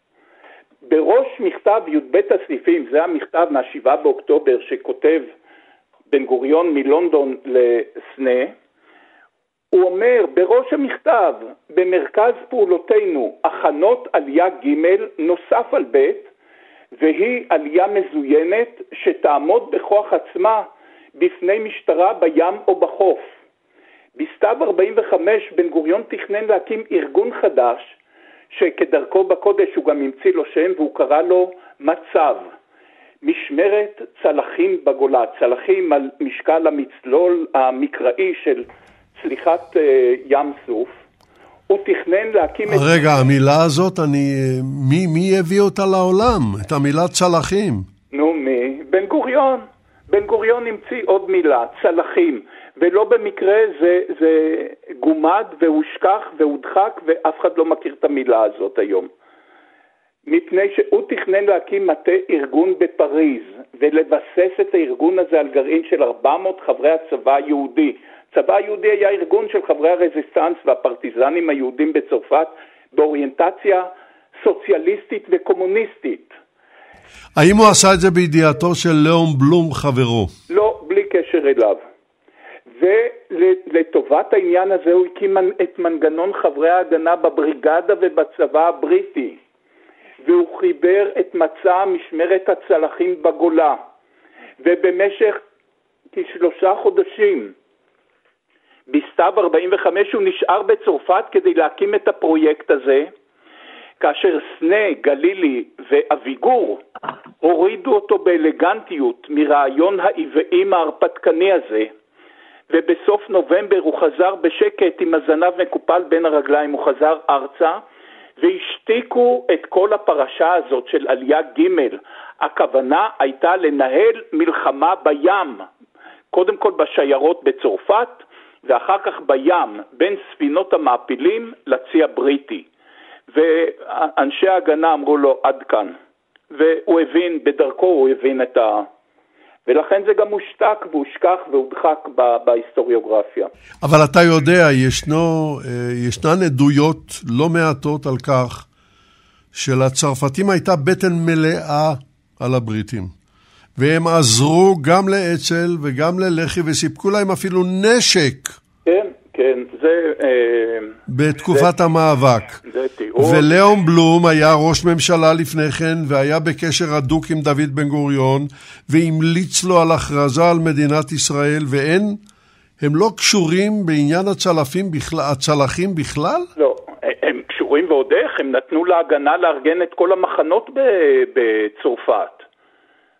בראש מכתב י"ב הסעיפים, זה המכתב מה-7 באוקטובר שכותב בן גוריון מלונדון לסנה, הוא אומר בראש המכתב, במרכז פעולותינו הכנות עלייה ג' נוסף על ב', והיא עלייה מזוינת שתעמוד בכוח עצמה בפני משטרה בים או בחוף. בסתיו 45 בן גוריון תכנן להקים ארגון חדש, שכדרכו בקודש הוא גם המציא לו שם, והוא קרא לו מצב, משמרת צלחים בגולה, צלחים על משקל המצלול המקראי של צליחת ים סוף. הוא תכנן להקים רגע, המילה הזאת, מי הביא אותה לעולם? את המילה צלחים? נו, מי? בן גוריון. בן גוריון המציא עוד מילה, צלחים. ולא במקרה זה גומד והושכח והודחק, ואף אחד לא מכיר את המילה הזאת היום. מפני שהוא תכנן להקים מטה ארגון בפריז, ולבסס את הארגון הזה על גרעין של 400 חברי הצבא היהודי. הצבא היהודי היה ארגון של חברי הרזיסטנס והפרטיזנים היהודים בצרפת, באוריינטציה סוציאליסטית וקומוניסטית. האם הוא עשה את זה בידיעתו של לאון בלום חברו? לא, בלי קשר אליו. ולטובת העניין הזה הוא הקים את מנגנון חברי ההגנה בבריגדה ובצבא הבריטי, והוא חיבר את מצע משמרת הצלחים בגולה, ובמשך כ3 חודשים בסתיו 45 הוא נשאר בצרפת כדי להקים את הפרויקט הזה, כאשר סנה, גלילי ואביגור הורידו אותו באלגנטיות מרעיון העיוועים ההרפתקני הזה, ובסוף נובמבר הוא חזר בשקט עם הזנב מקופל בין הרגליים, הוא חזר ארצה, והשתיקו את כל הפרשה הזאת של עלייה ג'. הכוונה הייתה לנהל מלחמה בים, קודם כל בשיירות בצרפת, ואחר כך בים, בין ספינות המעפילים לצי הבריטי. ואנשי ההגנה אמרו לו עד כאן, והוא הבין, בדרכו הוא הבין ולכן זה גם הושתק והושכח והודחק בהיסטוריוגרפיה. אבל אתה יודע, ישנן עדויות לא מעטות על כך שלצרפתים הייתה בטן מלאה על הבריטים, והם עזרו גם לאצ"ל וגם ללח"י וסיפקו להם אפילו נשק. כן, זה בתקופת המאבק. ולאון בלום היה ראש ממשלה לפני כן, והיה בקשר הדוק עם דוד בן גוריון, והמליץ לו על הכרזה על מדינת ישראל, הם לא קשורים בעניין הצלחים בכלל? לא, הם קשורים ועוד איך, הם נתנו להגנה לארגן את כל המחנות בצרפת.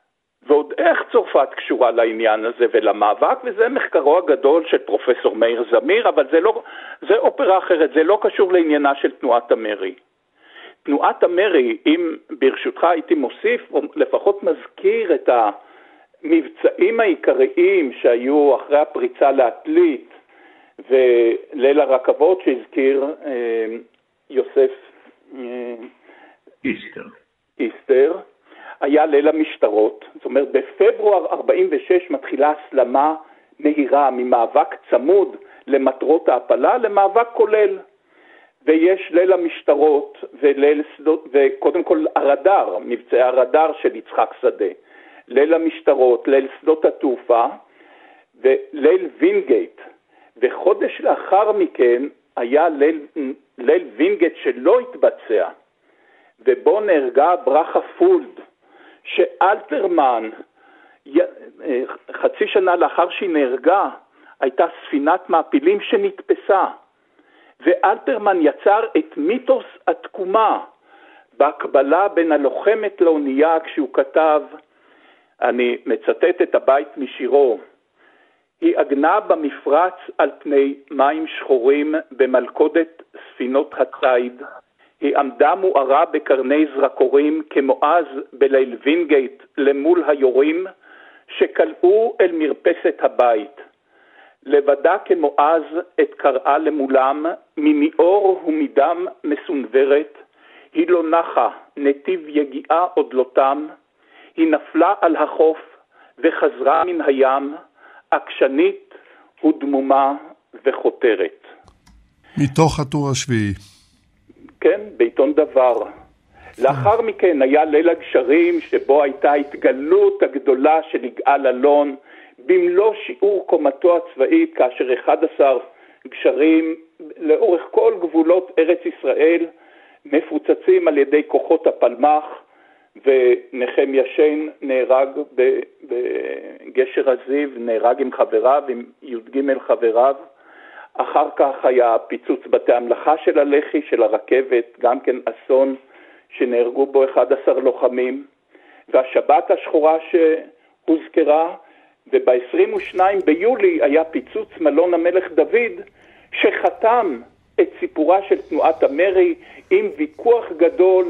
ועוד איך צרפת קשורה לעניין הזה ולמאבק, וזה מחקרו הגדול של פרופסור מאיר זמיר, אבל זה אופרה אחרת, זה לא קשור לעניינה של תנועת המרי. תנועת המרי, אם ברשותך הייתי מוסיף, או לפחות מזכיר את המבצעים העיקריים שהיו אחרי הפריצה לעתלית, וליל הרכבות שהזכיר יוסף איסטר, היה ליל המשטרות. זאת אומרת, בפברואר 46 מתחילה הסלמה מהירה ממאבק צמוד למטרות ההפלה למאבק כולל. ויש ליל המשטרות וקודם כל הרדאר, מבצעי הרדאר של יצחק שדה. ליל המשטרות, ליל שדות התעופה וליל וינגייט. וחודש לאחר מכן היה ליל וינגייט שלא התבצע, ובו נהרגה ברכה פולד, שאלתרמן, חצי שנה לאחר שהיא נהרגה, הייתה ספינת מעפילים שנתפסה, ואלתרמן יצר את מיתוס התקומה, בהקבלה בין הלוחמת לאונייה, כשהוא כתב, אני מצטט את הבית משירו, היא עגנה במפרץ על פני מים שחורים במלכודת ספינות הציד, היא עמדה מוארה בקרני זרקורים כמו אז בליל וינגייט למול היורים שקלעו אל מרפסת הבית. לבדה כמו אז את קראה למולם, מניאור ומדם מסונברת, היא לא נחה, נתיב יגיעה עוד לא תם, היא נפלה על החוף וחזרה מן הים, עקשנית ודמומה וחותרת. מתוך הטור השביעי. כן, בעיתון דבר. לאחר מכן היה ליל הגשרים, שבו הייתה התגלות הגדולה של יגאל אלון, במלוא שיעור קומתו הצבאית, כאשר 11 גשרים לאורך כל גבולות ארץ ישראל מפוצצים על ידי כוחות הפלמ"ח, ונחמיה שיין נהרג בגשר הזיו, נהרג עם חבריו, עם י"ג חבריו. אחר כך היה פיצוץ בתי המלאכה של הלח"י, של הרכבת, גם כן אסון שנהרגו בו 11 לוחמים, והשבת השחורה שהוזכרה, וב-22 ביולי היה פיצוץ מלון המלך דוד, שחתם את סיפורה של תנועת המרי עם ויכוח גדול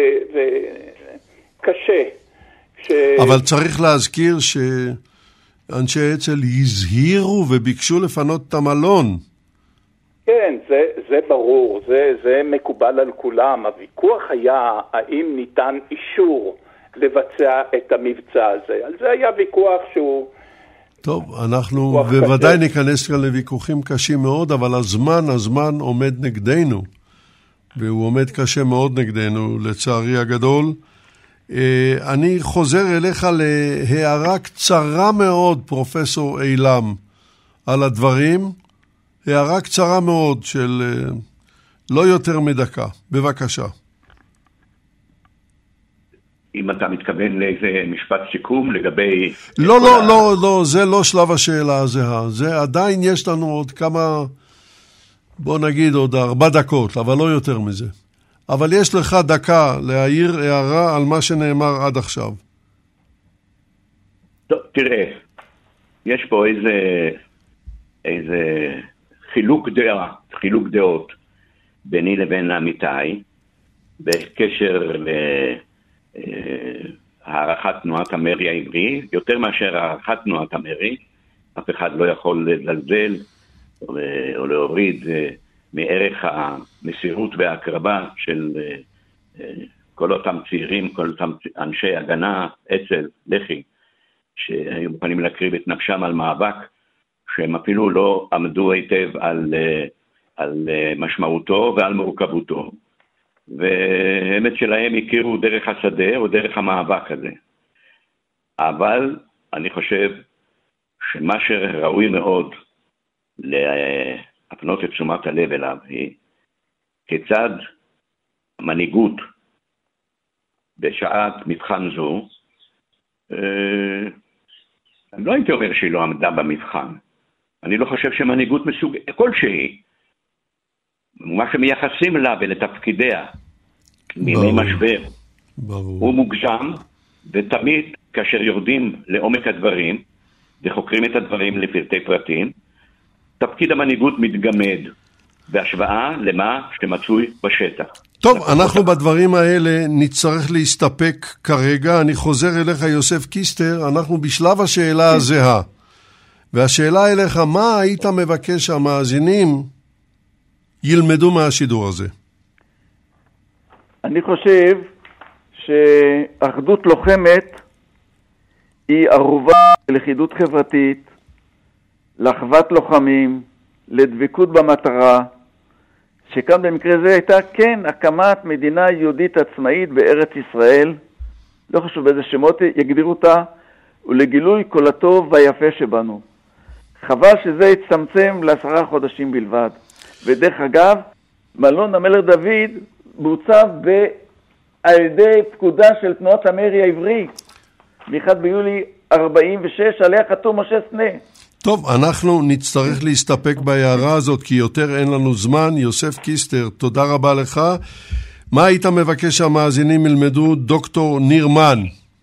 וקשה. אבל צריך להזכיר שאנשי אצ"ל הזהירו וביקשו לפנות את המלון. כן, זה ברור, זה מקובל על כולם. הוויכוח היה האם ניתן אישור לבצע את המבצע הזה. על זה היה ויכוח שהוא... טוב, אנחנו בוודאי ניכנס כאן לוויכוחים קשים מאוד, אבל הזמן עומד נגדנו, והוא עומד קשה מאוד נגדנו, לצערי הגדול. אני חוזר אליך להערה קצרה מאוד, פרופסור אילם, על הדברים. הערה קצרה מאוד של לא יותר מדקה. בבקשה. אם אתה מתכוון לאיזה משפט סיכום לגבי... לא, זה לא שלב השאלה הזהה. זה עדיין יש לנו עוד כמה, בוא נגיד עוד 4 דקות, אבל לא יותר מזה. אבל יש לך דקה להעיר הערה על מה שנאמר עד עכשיו. טוב, תראה, יש פה איזה חילוק דעות ביני לבין עמיתי, בקשר הערכת תנועת המרי העברי, יותר מאשר הערכת תנועת המרי. אף אחד לא יכול לזלזל או להוריד מערך המסירות וההקרבה של כל אותם צעירים, כל אותם אנשי הגנה, אצ"ל, לח"י, שהיו מוכנים להקריב את נפשם על מאבק, שהם אפילו לא עמדו היטב על משמעותו ועל מורכבותו. והאמת שלהם הכירו דרך השדה או דרך המאבק הזה. אבל אני חושב שמה שראוי מאוד להפנות את תשומת הלב אליו היא כיצד המנהיגות בשעת מבחן זו, אני לא הייתי אומר שהיא לא עמדה במבחן. אני לא חושב שמנהיגות מסוג כלשהי, מה שמייחסים לה ולתפקידיה מימי משבר, הוא מוגזם, ותמיד כאשר יורדים לעומק הדברים וחוקרים את הדברים לפרטי פרטים, תפקיד המנהיגות מתגמד בהשוואה למה שמצוי בשטח. טוב, אנחנו בדברים האלה נצטרך להסתפק כרגע. אני חוזר אליך, יוסף קיסטר, אנחנו בשלב השאלה הזהה. והשאלה אליך, מה היית מבקש שהמאזינים ילמדו מהשידור הזה? אני חושב שאחדות לוחמת היא ערובה ללכידות חברתית, לאחוות לוחמים, לדבקות במטרה, שכאן במקרה זה הייתה כן הקמת מדינה יהודית עצמאית בארץ ישראל, לא חשוב באיזה שמות יגדירו אותה, ולגילוי כל הטוב והיפה שבנו. חבל שזה יצטמצם ל10 חודשים בלבד. ודרך אגב, מלון המלך דוד בוצע על ידי פקודה של תנועת המרי העברי, ב-1 ביולי 46, עליה חתום משה סנה. טוב, אנחנו נצטרך להסתפק בהערה הזאת, כי יותר אין לנו זמן. יוסף קיסטר, תודה רבה לך. מה היית מבקש שהמאזינים ילמדו, דוקטור ניר מן?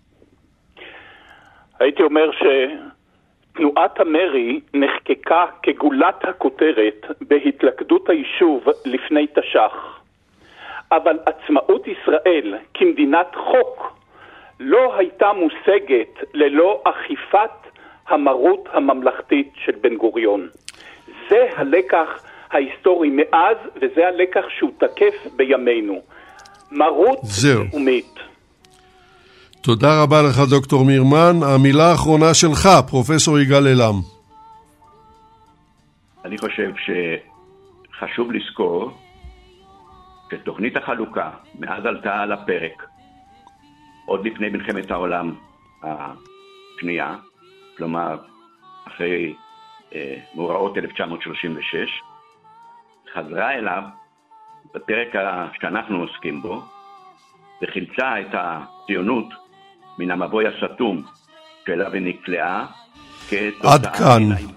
הייתי אומר שתנועת המרי נחקקה כגולת הכותרת בהתלכדות היישוב לפני תש"ח. אבל עצמאות ישראל כמדינת חוק לא הייתה מושגת ללא אכיפת המרות הממלכתית של בן גוריון. זה הלקח ההיסטורי מאז, וזה הלקח שהוא תקף בימינו. מרות לאומית. תודה רבה לך דוקטור מירמן. המילה האחרונה שלך, פרופסור יגאל אלעם. אני חושב שחשוב לזכור שתוכנית החלוקה מאז עלתה על הפרק עוד לפני מלחמת העולם השנייה, כלומר אחרי מאורעות 1936, חזרה אליו בפרק שאנחנו עוסקים בו, וחילצה את הציונות מן המבוי הסתום שאליו היא נקלעה עד כאן.